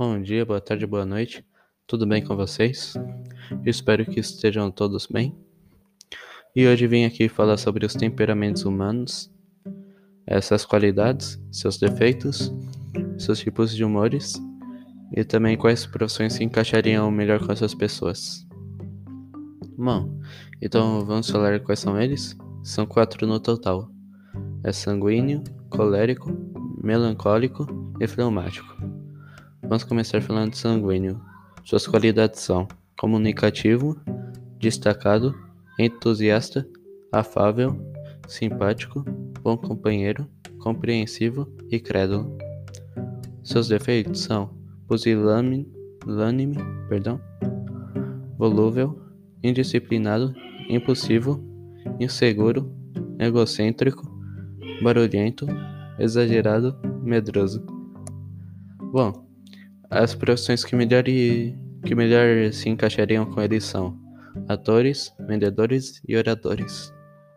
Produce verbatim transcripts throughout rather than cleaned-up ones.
Bom dia, boa tarde, boa noite. Tudo bem com vocês? Espero que estejam todos bem. E hoje vim aqui falar sobre os temperamentos humanos, essas qualidades, seus defeitos, seus tipos de humores e também quais profissões se encaixariam melhor com essas pessoas. Bom, então vamos falar quais são eles? São quatro no total. É sanguíneo, colérico, melancólico e fleumático. Vamos começar falando de sanguíneo. Suas qualidades são comunicativo, destacado, entusiasta, afável, simpático, bom companheiro, compreensivo e crédulo. Seus defeitos são pusilânime, perdão, volúvel, indisciplinado, impulsivo, inseguro, egocêntrico, barulhento, exagerado, medroso. Bom, as profissões que melhor, e, que melhor se encaixariam com eles são atores, vendedores e oradores.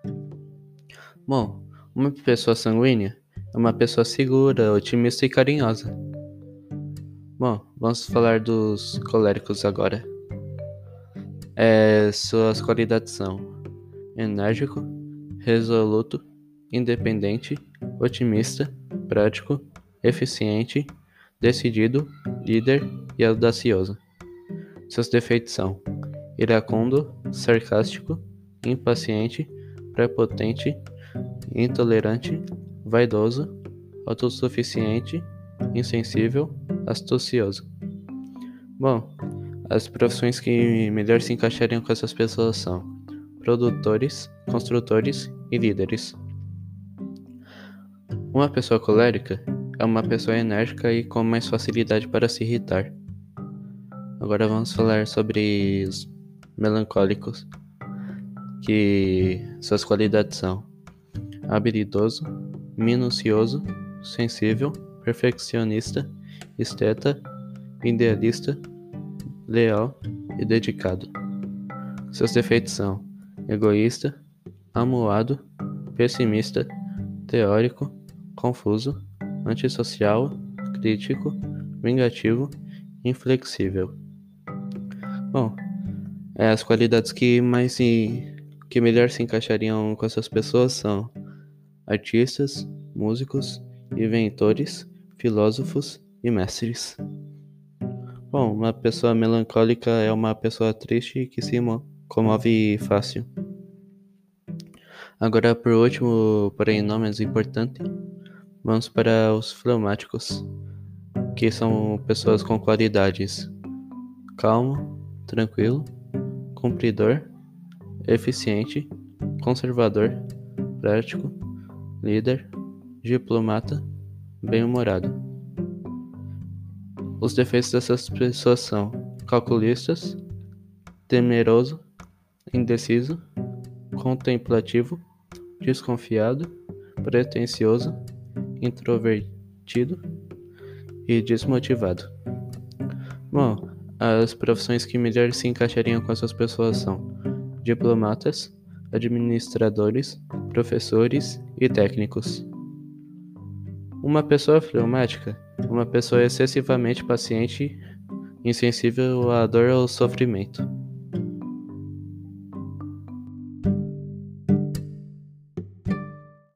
Bom, uma pessoa sanguínea é uma pessoa segura, otimista e carinhosa. Bom, vamos falar dos coléricos agora. É, suas qualidades são enérgico, resoluto, independente, otimista, prático, eficiente, decidido, líder e audacioso. Seus defeitos são iracundo, sarcástico, impaciente, prepotente, intolerante, vaidoso, autossuficiente, insensível, astucioso. Bom, as profissões que melhor se encaixariam com essas pessoas são produtores, construtores e líderes. Uma pessoa colérica é uma pessoa enérgica e com mais facilidade para se irritar. Agora vamos falar sobre os melancólicos, que suas qualidades são habilidoso, minucioso, sensível, perfeccionista, esteta, idealista, leal e dedicado. Seus defeitos são egoísta, amuado, pessimista, teórico, confuso, antissocial, crítico, vingativo, inflexível. Bom, é, as qualidades que mais se, que melhor se encaixariam com essas pessoas são artistas, músicos, inventores, filósofos e mestres. Bom, uma pessoa melancólica é uma pessoa triste que se comove fácil. Agora, por último, porém não menos importante, vamos para os fleumáticos, que são pessoas com qualidades calmo, tranquilo, cumpridor, eficiente, conservador, prático, líder, diplomata, bem-humorado. Os defeitos dessas pessoas são calculistas, temeroso, indeciso, contemplativo, desconfiado, pretensioso, introvertido e desmotivado. Bom, as profissões que melhor se encaixariam com essas pessoas são diplomatas, administradores, professores e técnicos. Uma pessoa fleumática, uma pessoa excessivamente paciente, insensível à dor ou ao sofrimento.